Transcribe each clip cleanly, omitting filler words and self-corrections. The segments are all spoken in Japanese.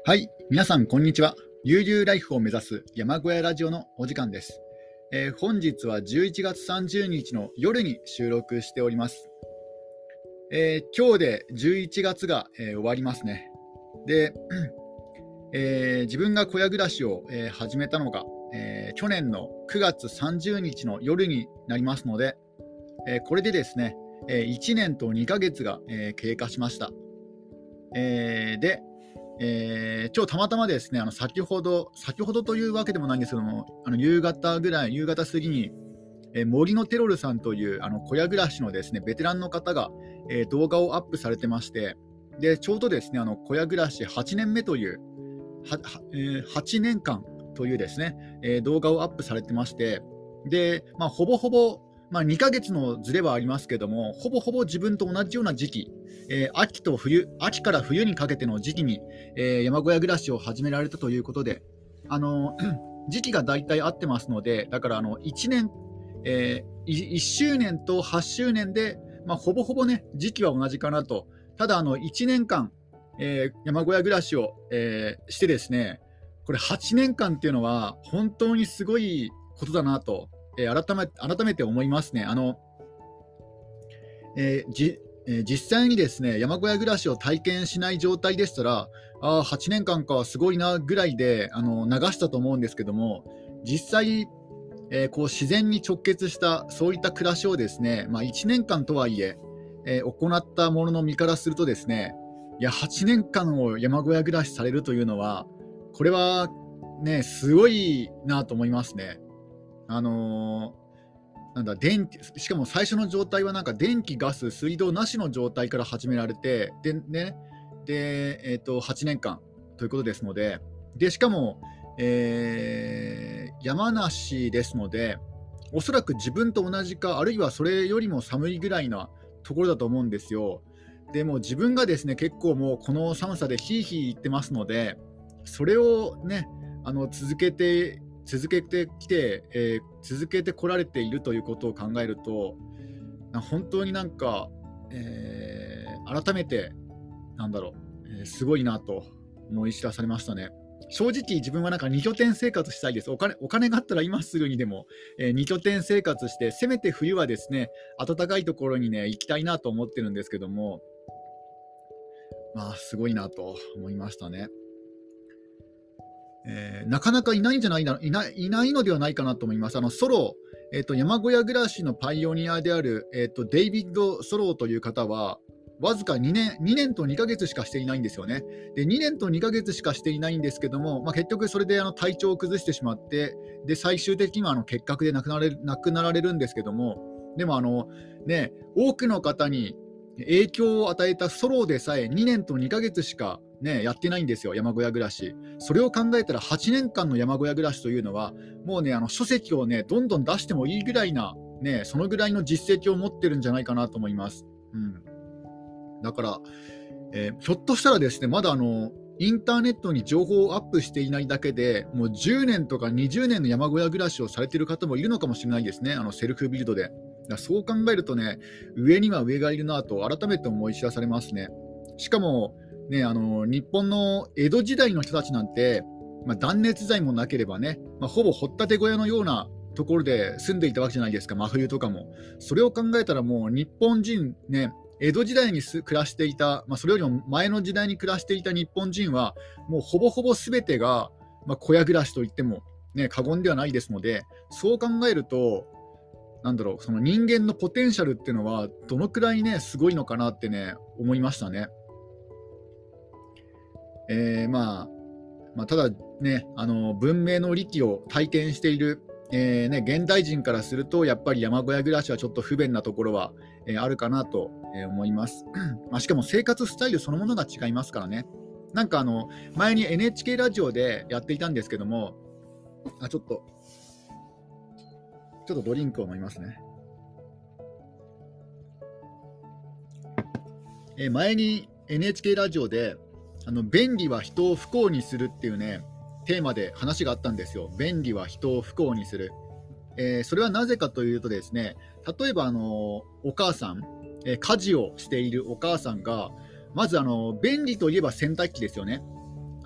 はい、皆さんこんにちは。悠々ライフを目指す山小屋ラジオのお時間です。本日は11月30日の夜に収録しております。今日で11月が、終わりますね。で、自分が小屋暮らしを、始めたのが、去年の9月30日の夜になりますので、これでですね、1年と2ヶ月が、経過しました。で、今日たまたまですね、先ほどというわけでもないんですけども、夕方過ぎに、森のテロルさんという小屋暮らしのですねベテランの方が、動画をアップされてまして、でちょうどですね小屋暮らし8年目という8年間というですね、動画をアップされてまして、で、ほぼほぼ、2ヶ月のずれはありますけども、ほぼほぼ自分と同じような時期、秋から冬にかけての時期に、山小屋暮らしを始められたということで、時期が大体合ってますので、だから1年、1周年と8周年で、ほぼほぼね、時期は同じかなと。ただ1年間、山小屋暮らしを、してですね、これ8年間っていうのは本当にすごいことだなと、改めて思いますね。実際にですね山小屋暮らしを体験しない状態でしたら、8年間かすごいなぐらいで流したと思うんですけども、実際、こう自然に直結したそういった暮らしをですね、1年間とはいえ行ったものの身からするとですね、いや8年間を山小屋暮らしされるというのは、これはねすごいなと思いますね。しかも最初の状態はなんか電気、ガス、水道なしの状態から始められて、8年間ということですので、しかも、山梨ですので、おそらく自分と同じか、あるいはそれよりも寒いぐらいなところだと思うんですよ。でも自分がですね結構もうこの寒さでヒーヒー言ってますので、それをね続けてきて、続けてこられているということを考えると、本当になんか、改めてすごいなと思い知らされましたね。正直自分はなんか2拠点生活したいです。お金があったら今すぐにでも、2拠点生活して、せめて冬はですね暖かいところにね行きたいなと思ってるんですけども、すごいなと思いましたね。なかなかいないんじゃないいないのではないかなと思います。山小屋暮らしのパイオニアである、デイビッド・ソローという方は、わずか2年と2ヶ月しかしていないんですよね。で、2年と2ヶ月しかしていないんですけども、結局それで体調を崩してしまって、で最終的には結核で亡くなられるんですけども、でも多くの方に影響を与えたソロでさえ2年と2ヶ月しか、やってないんですよ、山小屋暮らし。それを考えたら8年間の山小屋暮らしというのは、もうね書籍をねどんどん出してもいいぐらいな、そのぐらいの実績を持ってるんじゃないかなと思います。だから、ひょっとしたらですね、まだインターネットに情報をアップしていないだけでもう10年とか20年の山小屋暮らしをされている方もいるのかもしれないですね、セルフビルドで。そう考えるとね、上には上がいるなと改めて思い知らされますね。しかも、日本の江戸時代の人たちなんて、断熱材もなければね、ほぼ掘ったて小屋のようなところで住んでいたわけじゃないですか、真冬とかも。それを考えたらもう日本人ね、江戸時代に暮らしていた、それよりも前の時代に暮らしていた日本人は、もうほぼほぼ全てが、小屋暮らしといっても、過言ではないですので、そう考えると、その人間のポテンシャルっていうのはどのくらいねすごいのかなってね思いましたね。ただね文明の利器を体験している、現代人からするとやっぱり山小屋暮らしはちょっと不便なところは、あるかなと、思います。しかも生活スタイルそのものが違いますからね。なんか前に NHK ラジオでやっていたんですけども、ちょっとドリンクを飲みますね。前に NHK ラジオで便利は人を不幸にするっていうねテーマで話があったんですよ。便利は人を不幸にする。それはなぜかというとですね、例えばお母さん、家事をしているお母さんがまず便利といえば洗濯機ですよね。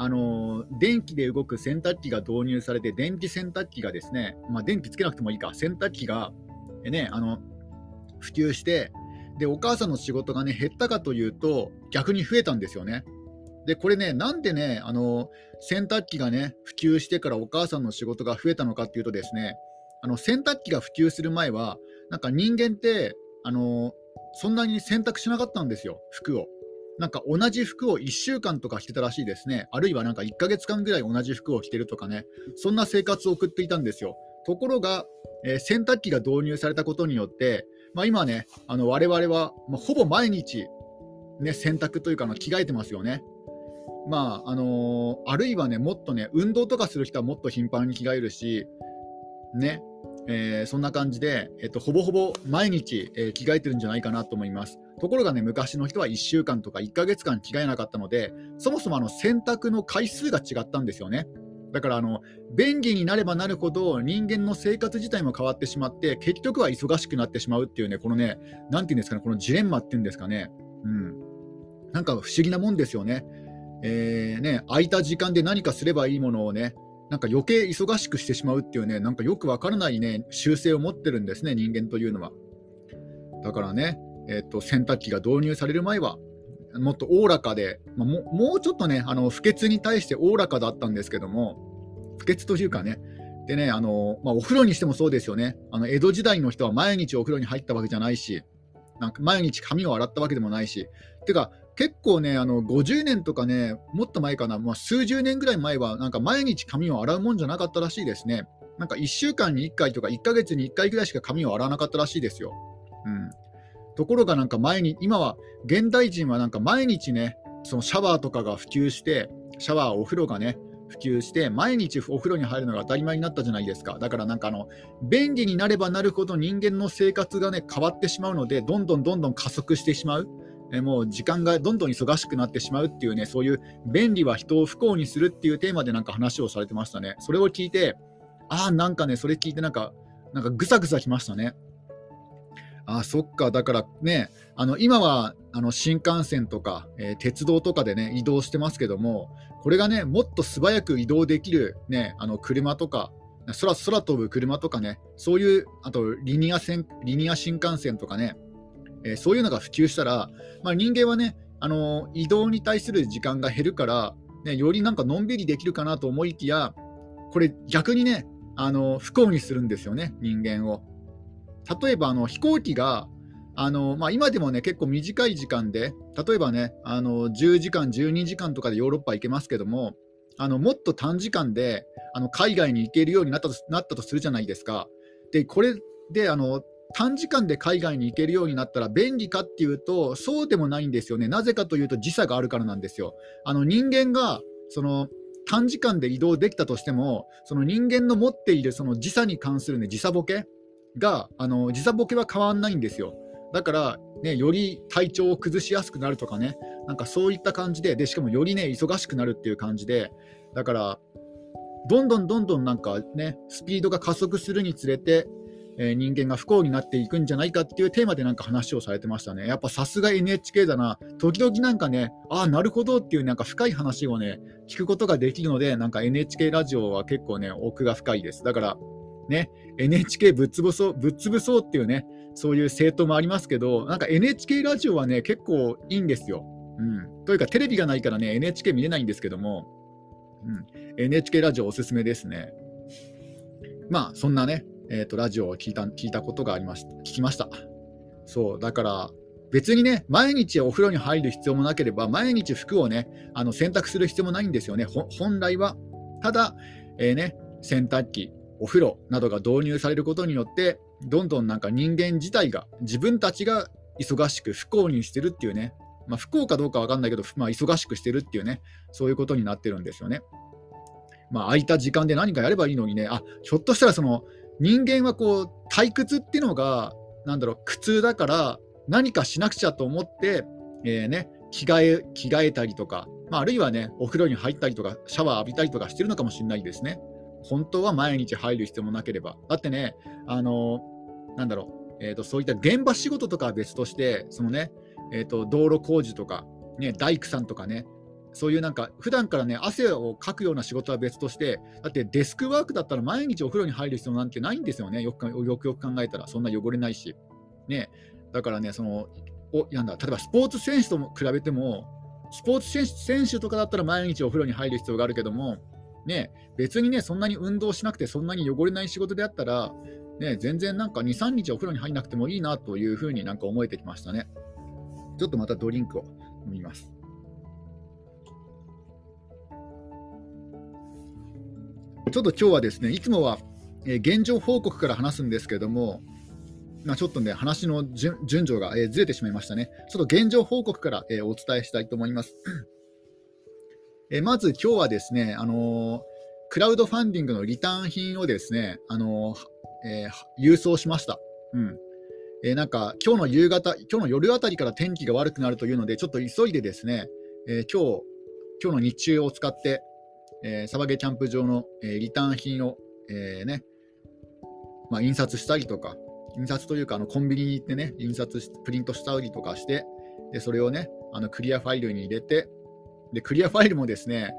電気で動く洗濯機が導入されて、電気洗濯機がですね、電気つけなくてもいいか、洗濯機が、普及して、でお母さんの仕事がね減ったかというと逆に増えたんですよね。でこれね、なんでね洗濯機がね普及してからお母さんの仕事が増えたのかっていうとですね、洗濯機が普及する前はなんか人間ってそんなに洗濯しなかったんですよ、服を。なんか同じ服を1週間とか着てたらしいですね。あるいはなんか1ヶ月間ぐらい同じ服を着てるとかね、そんな生活を送っていたんですよ。ところが、洗濯機が導入されたことによって、今ね我々は、ほぼ毎日、ね、洗濯というか着替えてますよね。あるいはねもっとね運動とかする人はもっと頻繁に着替えるしね、そんな感じで、ほぼほぼ毎日、着替えてるんじゃないかなと思います。ところがね、昔の人は1週間とか1ヶ月間着替えなかったので、そもそも洗濯の回数が違ったんですよね。だから便利になればなるほど人間の生活自体も変わってしまって、結局は忙しくなってしまうっていうね、このね、なんていうんですかね、このジレンマっていうんですかね、なんか不思議なもんですよね。空いた時間で何かすればいいものをね、なんか余計忙しくしてしまうっていうね、なんかよくわからないね、習性を持ってるんですね、人間というのは。だからね、洗濯機が導入される前は、もっとおおらかで、もうちょっとね、不潔に対しておおらかだったんですけども、不潔というかね、でね、お風呂にしてもそうですよね。江戸時代の人は毎日お風呂に入ったわけじゃないし、なんか毎日髪を洗ったわけでもないし、てか、結構ね、50年とかね、もっと前かな、数十年ぐらい前は、なんか毎日髪を洗うもんじゃなかったらしいですね。なんか1週間に1回とか1ヶ月に1回ぐらいしか髪を洗わなかったらしいですよ。ところがなんか今は現代人はなんか毎日ね、そのシャワーとかが普及して、シャワー、お風呂がね、普及して、毎日お風呂に入るのが当たり前になったじゃないですか。だからなんか便利になればなるほど人間の生活がね、変わってしまうので、どんどん加速してしまう。もう時間がどんどん忙しくなってしまうっていうね、そういう便利は人を不幸にするっていうテーマでなんか話をされてましたね。それを聞いて、なんかね、それ聞いてなんかぐさぐさきましたね。そっか、だからね、今は新幹線とか、鉄道とかでね、移動してますけども、これがね、もっと素早く移動できる、ね、車とか、空飛ぶ車とかね、そういう、あとリニア新幹線とかね、そういうのが普及したら、人間はね、移動に対する時間が減るから、ね、よりなんかのんびりできるかなと思いきや、これ逆にね、不幸にするんですよね、人間を。例えば飛行機が今でもね結構短い時間で、例えばね10時間12時間とかでヨーロッパ行けますけども、もっと短時間で海外に行けるようになったとするじゃないですか。でこれで短時間で海外に行けるようになったら便利かっていうとそうでもないんですよね。なぜかというと時差があるからなんですよ。人間がその短時間で移動できたとしても、その人間の持っているその時差に関する、ね、時差ボケが時差ボケは変わんないんですよ。だから、ね、より体調を崩しやすくなるとかね、なんかそういった感じで、しかもよりね忙しくなるっていう感じで、だからどんどんなんかねスピードが加速するにつれて、人間が不幸になっていくんじゃないかっていうテーマでなんか話をされてましたね。やっぱさすが NHK だな。時々なんかね、なるほどっていうなんか深い話をね聞くことができるので、なんか NHK ラジオは結構ね奥が深いです。だからね、NHK ぶっ潰そうっていうね、そういう政党もありますけど、なんか NHK ラジオはね、結構いいんですよ。というか、テレビがないからね、NHK 見れないんですけども、NHK ラジオおすすめですね。そんなね、ラジオを聞いたことが聞きました。そう、だから、別にね、毎日お風呂に入る必要もなければ、毎日服をね、洗濯する必要もないんですよね、本来は。ただ、洗濯機、お風呂などが導入されることによって、どんどんなんか人間自体が、自分たちが忙しく不幸にしてるっていうね、不幸かどうか分かんないけど、忙しくしてるっていうね、そういうことになってるんですよね。空いた時間で何かやればいいのにね、ひょっとしたらその人間はこう退屈っていうのが苦痛だから何かしなくちゃと思って、着替えたりとか、あるいはねお風呂に入ったりとかシャワー浴びたりとかしてるのかもしれないですね。本当は毎日入る必要もなければ。だってね、そういった現場仕事とかは別として、そのね、道路工事とか、ね、大工さんとかね、 そういうなんか普段からね汗をかくような仕事は別として、だってデスクワークだったら毎日お風呂に入る必要なんてないんですよね。よくよく考えたらそんな汚れないし、ね、だからねなんだ例えばスポーツ選手とも比べても、スポーツ選手とかだったら毎日お風呂に入る必要があるけども、ね、別にねそんなに運動しなくてそんなに汚れない仕事であったら、ね、全然なんか2、3日お風呂に入んなくてもいいなというふうになんか思えてきましたね。ちょっとまたドリンクを飲みます。ちょっと今日はですね、いつもは現状報告から話すんですけども、ちょっとね、話の順序がずれてしまいましたね。ちょっと現状報告からお伝えしたいと思います。まず今日はですね、クラウドファンディングのリターン品をですね、郵送しました。なんか今日の夜あたりから天気が悪くなるというので、ちょっと急いでですね、今日の日中を使って、サバゲキャンプ場の、リターン品を、印刷したりとか、印刷というかコンビニに行ってね、プリントしたりとかして、でそれをねクリアファイルに入れて、でクリアファイルもですね、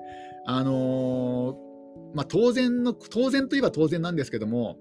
当然といえば当然なんですけども、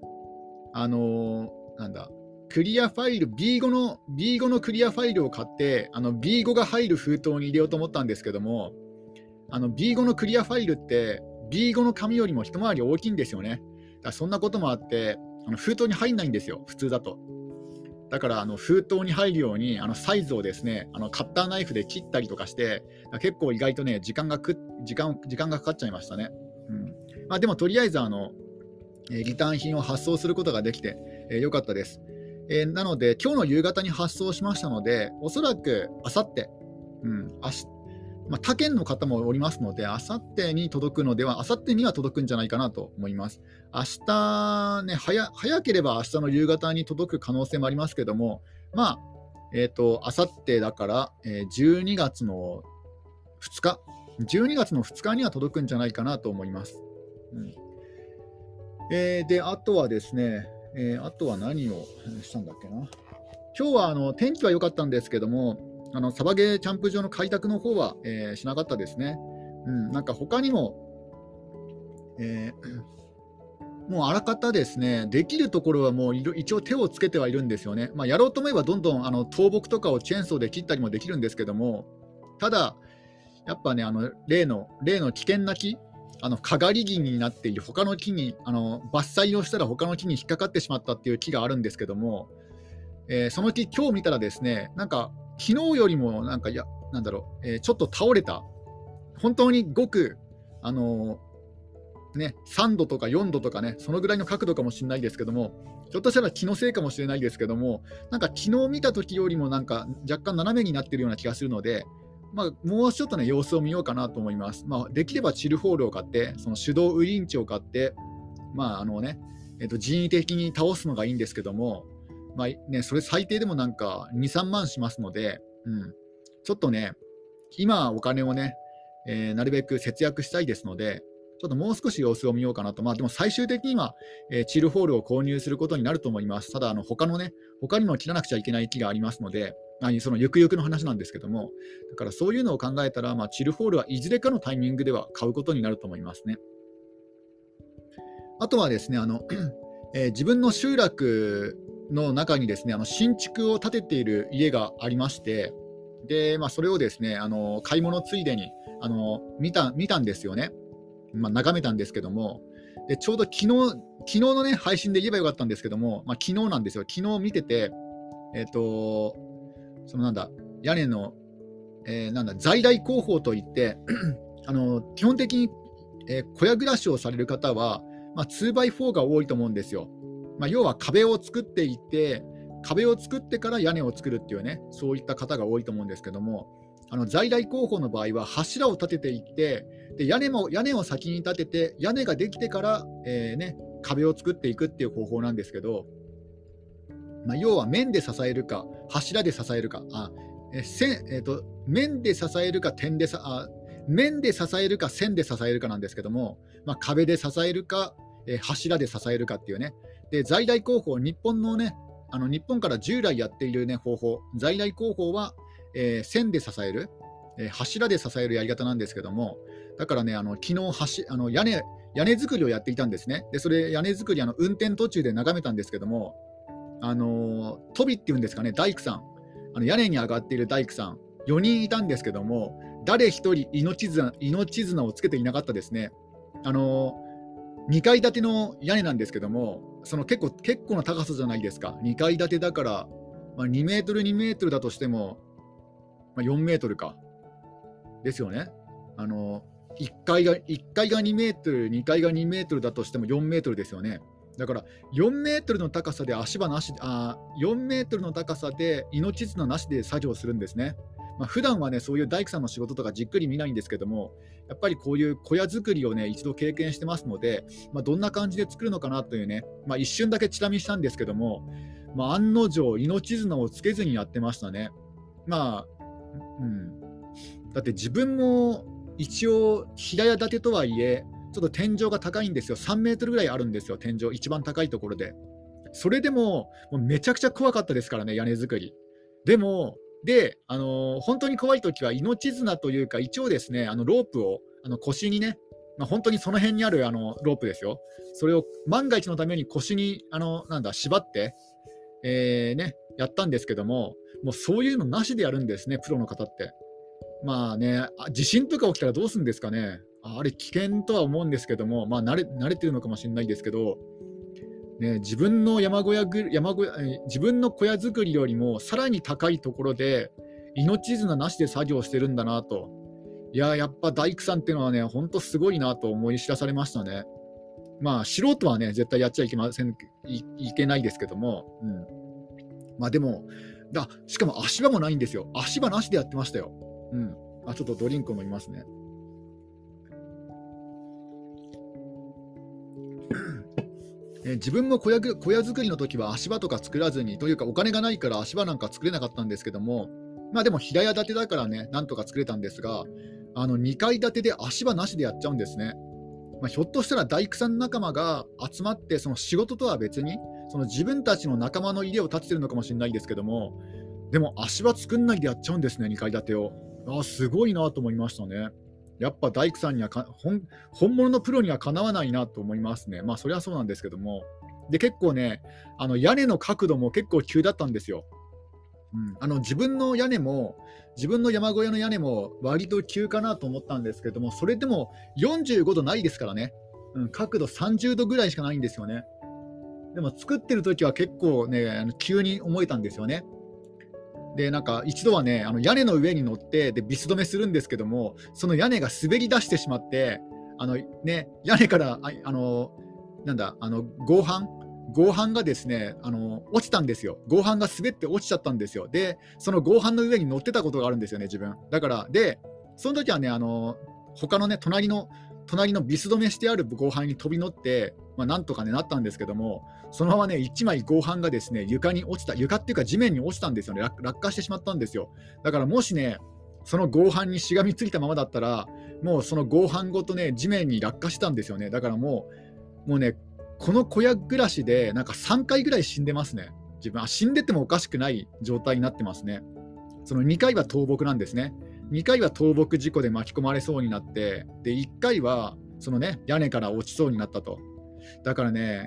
クリアファイル B5 のクリアファイルを買って、B5 が入る封筒に入れようと思ったんですけども、B5 のクリアファイルって B5 の紙よりも一回り大きいんですよね。だからそんなこともあって封筒に入んないんですよ、普通だと。だから封筒に入るようにサイズをですねカッターナイフで切ったりとかして、結構意外とね時間がかかっちゃいましたね。でもとりあえずリターン品を発送することができてよかったです。なので今日の夕方に発送しましたので、おそらくあさって、他県の方もおりますので、あさってには届くんじゃないかなと思います。明日ね、早ければ明日の夕方に届く可能性もありますけども、あさってだから、12月の2日には届くんじゃないかなと思います。で、あとはですね、あとは何をしたんだっけな。今日は天気は良かったんですけども、サバゲーキャンプ場の開拓の方は、しなかったですね。なんか他にも、もうあらかたですね、できるところはもう一応手をつけてはいるんですよね。やろうと思えばどんどん倒木とかをチェーンソーで切ったりもできるんですけども、ただやっぱね例の危険な木、かがり木になっている他の木に伐採をしたら他の木に引っかかってしまったっていう木があるんですけども、その木今日見たらですね、なんか昨日よりもちょっと倒れた、本当にごく3度とか4度とかね、そのぐらいの角度かもしれないですけども、ひょっとしたら気のせいかもしれないですけども、なんか昨日見た時よりもなんか若干斜めになっているような気がするので、もうちょっとね様子を見ようかなと思います。できればチルホールを買って、その手動ウインチを買って、人為的に倒すのがいいんですけども、それ最低でもなんか2、3万しますので、ちょっとね、今お金をね、なるべく節約したいですので、ちょっともう少し様子を見ようかなと。でも最終的には、チルホールを購入することになると思います。ただ他にも切らなくちゃいけない木がありますので、そのゆくゆくの話なんですけども、だからそういうのを考えたら、チルホールはいずれかのタイミングでは買うことになると思いますね。あとはですね、自分の集落の中にですね、新築を建てている家がありまして、で、それをですね、買い物ついでに見たんですよね。眺めたんですけども、でちょうど昨日のね配信で言えばよかったんですけども、昨日なんですよ。昨日見てて、屋根の、在来工法といって基本的に、小屋暮らしをされる方は、2x4 が多いと思うんですよ。要は壁を作っていってから屋根を作るっていうね、そういった方が多いと思うんですけども、在来工法の場合は柱を立てていって、で屋根を先に立てて、屋根ができてから、壁を作っていくっていう方法なんですけど、要は面で支えるか柱で支えるか、面で支えるか面で支えるか線で支えるかなんですけども、壁で支えるか、柱で支えるかっていうね。で在来工法、日本から従来やっている、方法、在来工法は、線で支える。 柱で支えるやり方なんですけども、だからね、昨日屋根作りをやっていたんですね。で、それ屋根作り運転途中で眺めたんですけども、トビっていうんですかね、大工さん、屋根に上がっている大工さん、4人いたんですけども、誰一人命綱をつけていなかったですね。2階建ての屋根なんですけども、結構な高さじゃないですか。2階建てだから、2メートル、2メートルだとしても、4メートルか。ですよね。1階が2メートル、2階が2メートルだとしても4メートルですよね。だから4メートルの高さで4メートルの高さで命綱なしで作業するんですね。普段はね、そういう大工さんの仕事とかじっくり見ないんですけども、やっぱりこういう小屋作りをね、一度経験してますので、どんな感じで作るのかなというね、一瞬だけチラ見したんですけども、案の定、命綱をつけずにやってましたね。だって自分も一応、平屋建てとはいえ、ちょっと天井が高いんですよ。3メートルぐらいあるんですよ、天井、一番高いところで。それでも、もうめちゃくちゃ怖かったですからね、屋根作り。本当に怖いときは、命綱というか、一応ですね、ロープを腰にね、本当にその辺にあるロープですよ。それを万が一のために腰に縛って、やったんですけども、もうそういうのなしでやるんですね、プロの方って。地震とか起きたらどうするんですかね。あれ危険とは思うんですけども、慣れてるのかもしれないですけど、自分の自分の小屋作りよりもさらに高いところで命綱なしで作業してるんだなと。やっぱ大工さんっていうのはね、本当すごいなと思い知らされましたね。素人はね、絶対やっちゃいけないですけども、でもしかも足場もないんですよ。足場なしでやってましたよ。ちょっとドリンクを飲みますね。自分も小屋作りの時は足場とか作らずに、というかお金がないから足場なんか作れなかったんですけども、でも平屋建てだからね、なんとか作れたんですが、2階建てで足場なしでやっちゃうんですね。ひょっとしたら大工さん仲間が集まって、その仕事とは別に、その自分たちの仲間の家を建ててるのかもしれないですけども、でも足場作んないでやっちゃうんですね、2階建てを。すごいなと思いましたね。やっぱ大工さんには本物のプロにはかなわないなと思いますね。それはそうなんですけども。で、結構ね、屋根の角度も結構急だったんですよ。自分の山小屋の屋根も割と急かなと思ったんですけども、それでも45度ないですからね。角度30度ぐらいしかないんですよね。でも作ってる時は結構ね、急に思えたんですよね。で、一度はね、屋根の上に乗ってでビス止めするんですけども、その屋根が滑り出してしまって、屋根から合板がですね、落ちたんですよ。合板が滑って落ちちゃったんですよ。で、その合板の上に乗ってたことがあるんですよね、自分。だから、で、その時はね、他のね、隣のビス止めしてある合板に飛び乗って、なんとかね、なったんですけども、そのままね、1枚合板がですね、床っていうか地面に落ちたんですよね。落下してしまったんですよ。だからもしね、その合板にしがみついたままだったら、もうその合板ごとね、地面に落下したんですよね。だからもうね、この小屋暮らしで3回ぐらい死んでますね。自分は死んでてもおかしくない状態になってますね。その2回は倒木なんですね。2回は倒木事故で巻き込まれそうになって、で1回はそのね、屋根から落ちそうになったと。だからね、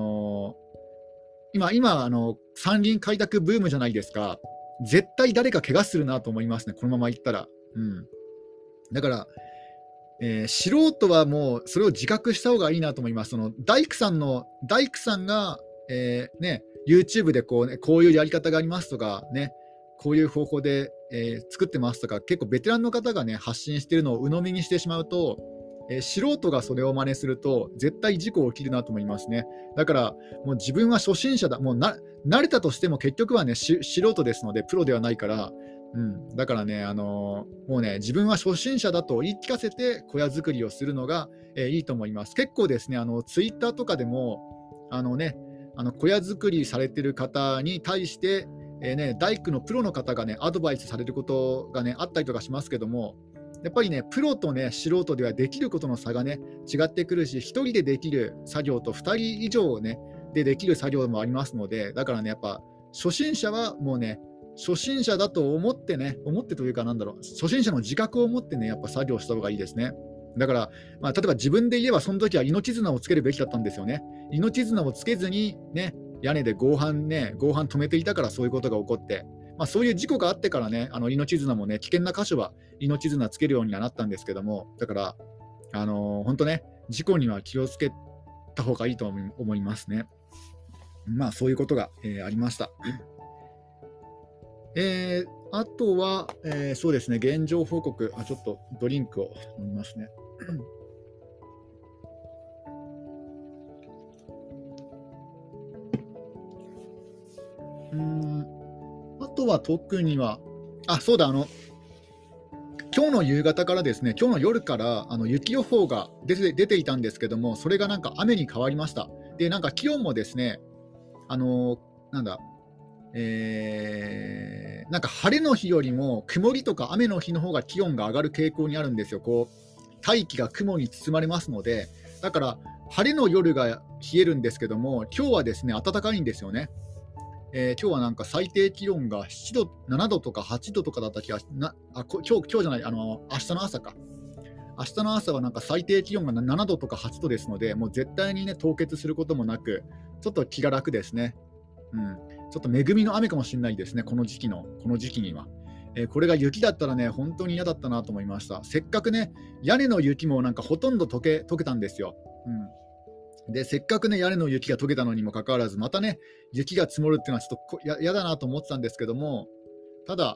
今山林開拓ブームじゃないですか。絶対誰か怪我するなと思いますね、このままいったら。だから、素人はもうそれを自覚した方がいいなと思います。その大工さんが、YouTube でこういうやり方がありますとか、こういう方法で、作ってますとか、結構ベテランの方がね、発信しているのを鵜呑みにしてしまうと、素人がそれを真似すると絶対事故起きるなと思いますね。だからもう自分は初心者だ、もう慣れたとしても結局はね、素人ですので、プロではないから、だからね、もうね、自分は初心者だと言い聞かせて小屋作りをするのが、いいと思います。結構ですね、ツイッターとかでも小屋作りされてる方に対して、大工のプロの方がね、アドバイスされることがね、あったりとかしますけども、やっぱりね、プロとね、素人ではできることの差がね、違ってくるし、1人でできる作業と2人以上ね、できる作業もありますので、だからね、やっぱ初心者はもうね、 初心者だと思ってね、思ってというか、なんだろう、初心者の自覚を持ってね、やっぱ作業した方がいいですね。だから、例えば自分で言えば、その時は命綱をつけるべきだったんですよね。命綱をつけずに、ね、屋根で合板止めていたからそういうことが起こって、そういう事故があってからね、命綱もね、危険な箇所は命綱つけるようにはなったんですけども、だから、本当ね、事故には気をつけた方がいいと思いますね。そういうことが、ありました。あとは、そうですね、現状報告、ちょっとドリンクを飲みますね。あとは特には、そうだ、今日の夕方からですね、今日の夜から雪予報が出ていたんですけども、それがなんか雨に変わりました。で、なんか気温もですね、なんだ、なんか晴れの日よりも曇りとか雨の日の方が気温が上がる傾向にあるんですよ。こう大気が雲に包まれますので、だから晴れの夜が冷えるんですけども、今日はですね暖かいんですよね。今日はなんか最低気温が7度、7度とか8度とかだった気が今日じゃない、明日の朝か。明日の朝はなんか最低気温が7度とか8度ですので、もう絶対にね凍結することもなく、ちょっと気が楽ですね。ちょっと恵みの雨かもしれないですね、この時期には。これが雪だったらね、本当に嫌だったなと思いました。せっかくね、屋根の雪もなんかほとんど溶けたんですよ。で、せっかくね、屋根の雪が溶けたのにもかかわらず、またね、雪が積もるっていうのはちょっと嫌だなと思ってたんですけども、ただ、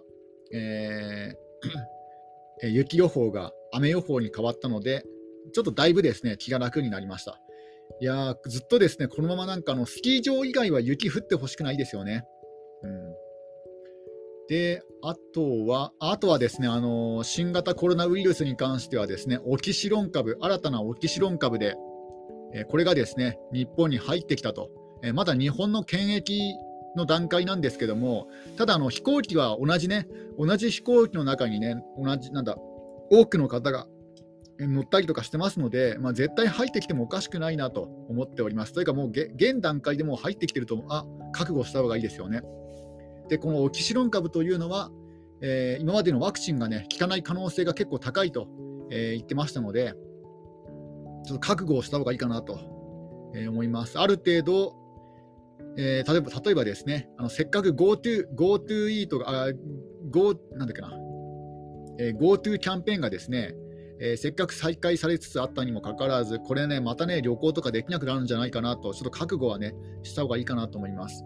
雪予報が雨予報に変わったので、ちょっとだいぶですね、気が楽になりました。いやー、ずっとですね、このままなんかスキー場以外は雪降ってほしくないですよね。で、あとはですね、新型コロナウイルスに関してはですね、新たなオキシロン株で、これがですね、日本に入ってきたと。まだ日本の検疫の段階なんですけども、ただ飛行機は同じ飛行機の中にね、多くの方が乗ったりとかしてますので、絶対入ってきてもおかしくないなと思っております。というか、もう現段階でもう入ってきてると、覚悟した方がいいですよね。で、このオキシロン株というのは、今までのワクチンがね、効かない可能性が結構高いと、言ってましたので、ちょっと覚悟をした方がいいかなと、思います。ある程度、例えばですね、せっかく GoTo イートが、なんだっけな、GoTo キャンペーンがですね、せっかく再開されつつあったにもかかわらず、これね、またね、旅行とかできなくなるんじゃないかなと、ちょっと覚悟はね、した方がいいかなと思います。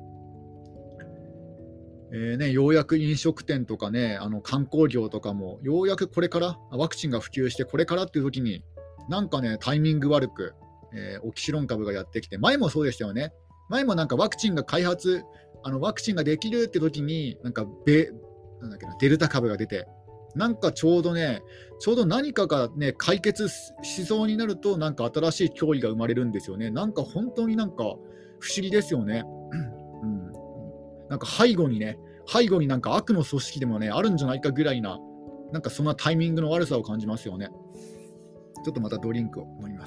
ようやく飲食店とかね、観光業とかも、ようやくこれから、ワクチンが普及して、これからっていう時に、なんかね、タイミング悪く、オキシロン株がやってきて、前もそうでしたよね。前もなんかワクチンができるって時に、なんだっけな、デルタ株が出て、なんかちょうど何かがね、解決しそうになると、なんか新しい脅威が生まれるんですよね。なんか本当になんか不思議ですよね。なんか背後になんか悪の組織でもね、あるんじゃないかぐらいな、なんかそんなタイミングの悪さを感じますよね。ちょっとまたドリンクを飲みます。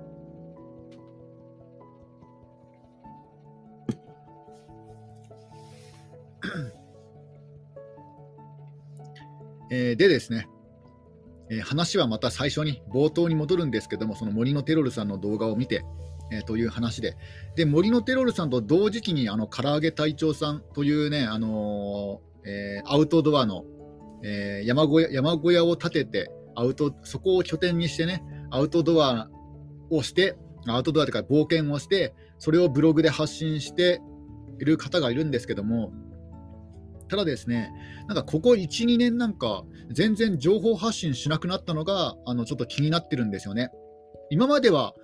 でですね、話はまた最初に冒頭に戻るんですけども、その森のテロルさんの動画を見て、という話で、森のテロルさんと同時期に唐揚げ隊長さんというね、アウトドアの、山小屋を建ててそこを拠点にしてね、アウトドアというか冒険をして、それをブログで発信している方がいるんですけども、ただですね、なんかここ1、2年なんか全然情報発信しなくなったのがちょっと気になってるんですよね。今までは、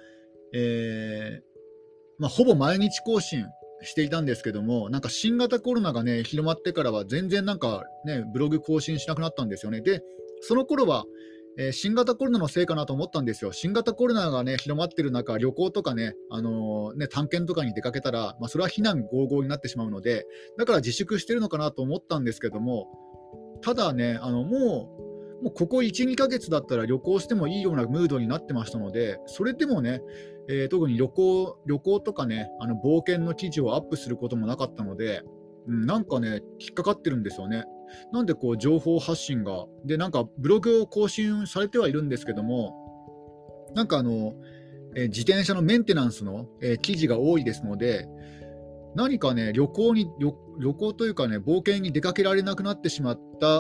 ほぼ毎日更新していたんですけども、なんか新型コロナがね広まってからは全然なんかねブログ更新しなくなったんですよね。で、その頃は新型コロナのせいかなと思ったんですよ。新型コロナがね広まってる中、旅行とかね、探検とかに出かけたら、それは非難合々になってしまうので、だから自粛してるのかなと思ったんですけども、ただね、もうここ1、2ヶ月だったら旅行してもいいようなムードになってましたので、それでもね、特に旅行とかね、冒険の記事をアップすることもなかったので、 なんかね、引っかかってるんですよね。なんでこう情報発信が、で、なんかブログを更新されてはいるんですけども、なんか自転車のメンテナンスの、記事が多いですので、何かね、旅行というかね、冒険に出かけられなくなってしまった、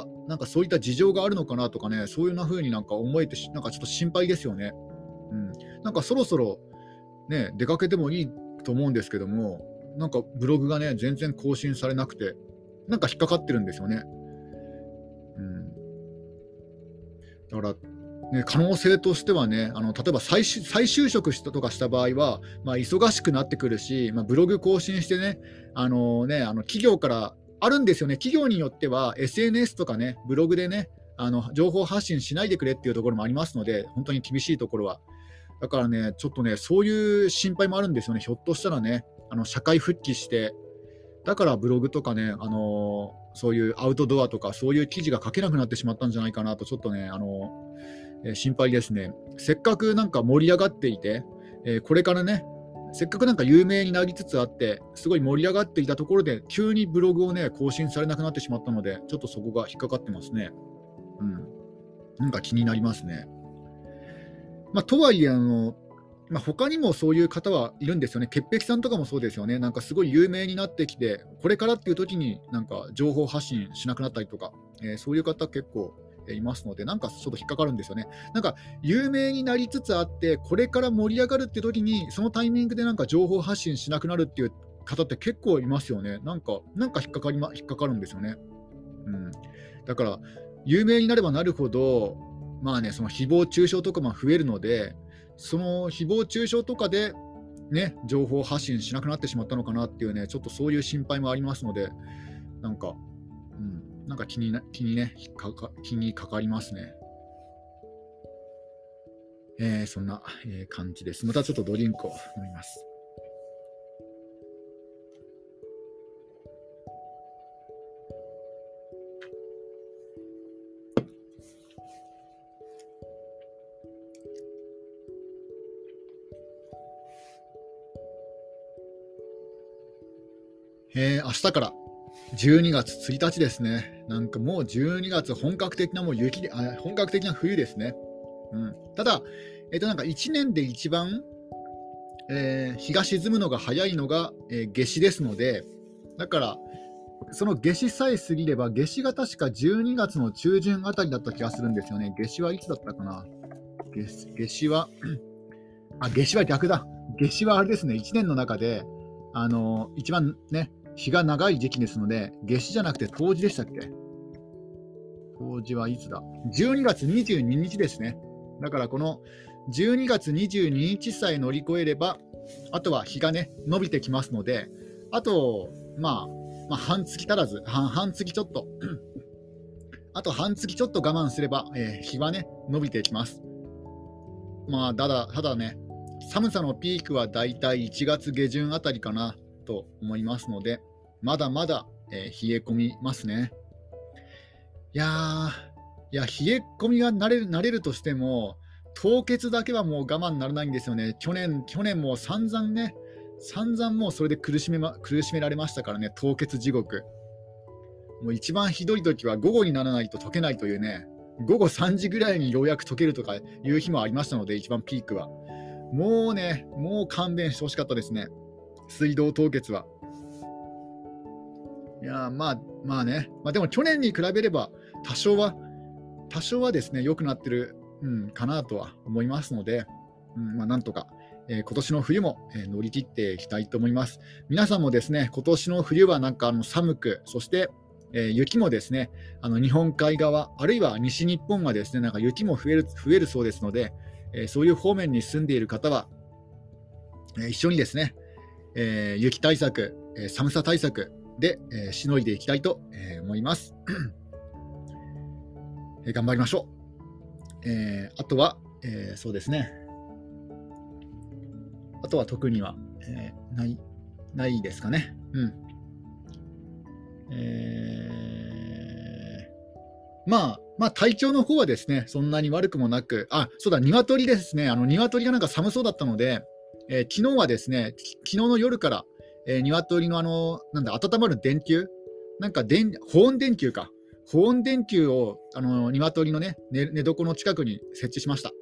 なんかそういった事情があるのかなとかね、そういうな風になんか思えてなんかちょっと心配ですよね。うん。なんかそろそろね、出かけてもいいと思うんですけども、なんかブログがね、全然更新されなくて、なんか引っかかってるんですよね。うん。だから、ね、可能性としてはね、例えば再就職したとかした場合は、忙しくなってくるし、ブログ更新してね、企業からあるんですよね。企業によっては SNS とかね、ブログでね、情報発信しないでくれっていうところもありますので、本当に厳しいところは。だからね、ちょっとね、そういう心配もあるんですよね。ひょっとしたらね、社会復帰して、だからブログとかね、そういうアウトドアとか、そういう記事が書けなくなってしまったんじゃないかなと、ちょっとね、心配ですね。せっかくなんか盛り上がっていて、これからね、せっかくなんか有名になりつつあって、すごい盛り上がっていたところで、急にブログをね、更新されなくなってしまったので、ちょっとそこが引っかかってますね。うん。なんか気になりますね。とはいえ、他にもそういう方はいるんですよね。潔癖さんとかもそうですよね。なんかすごい有名になってきて、これからっていう時になんか情報発信しなくなったりとか、そういう方結構いますので、なんかちょっと引っかかるんですよね。なんか有名になりつつあって、これから盛り上がるって時に、そのタイミングでなんか情報発信しなくなるっていう方って結構いますよね。なんか引っかかるんですよね。うん。だから、有名になればなるほど、その誹謗中傷とかも増えるので、その誹謗中傷とかで、ね、情報発信しなくなってしまったのかなっていうね、ちょっとそういう心配もありますので、なんか、なんか気にかかりますね。そんな、感じです。またちょっとドリンクを飲みます。明日から12月1日ですね。なんかもう12月、本格的なもう本格的な冬ですね。ただ、なんか1年で一番、日が沈むのが早いのが、夏至ですので、だから、その夏至さえ過ぎれば、夏至が確か12月の中旬あたりだった気がするんですよね。夏至はいつだったかな。夏至は、夏至は逆だ。夏至はあれですね、1年の中で、一番ね、日が長い時期ですので、夏至じゃなくて冬至でしたっけ？冬至はいつだ？ 12 月22日ですね。だからこの12月22日さえ乗り越えれば、あとは日がね、伸びてきますので、あと、半月足らず、半月ちょっと、あと半月ちょっと我慢すれば、日はね、伸びてきます。ただね、寒さのピークはだいたい1月下旬あたりかなと思いますので、まだまだ、冷え込みますね。いやー、冷え込みが慣れるとしても、凍結だけはもう我慢ならないんですよね。去年も散々もうそれで苦しめられましたからね、凍結地獄。もう一番ひどい時は午後にならないと溶けないというね、午後3時ぐらいにようやく溶けるとかいう日もありましたので、一番ピークは。もう勘弁してほしかったですね。水道凍結は。いやー、でも去年に比べれば多少はですね、良くなってる、かなとは思いますので、なんとか、今年の冬も、乗り切っていきたいと思います。皆さんもですね、今年の冬はなんか寒く、そして、雪もですね、日本海側、あるいは西日本はですね、なんか雪も増えるそうですので、そういう方面に住んでいる方は、一緒にですね、雪対策、寒さ対策で、しのいでいきたいと、思います。頑張りましょう。あとは、そうですね。あとは特には、ないですかね。体調の方はですね、そんなに悪くもなく、そうだ、鶏ですね。鶏がなんか寒そうだったので、昨日はですね、昨日の夜から、 鶏のなんだ、温まる電球、なんか保温電球か。保温電球を、鶏のね、寝床の近くに設置しました。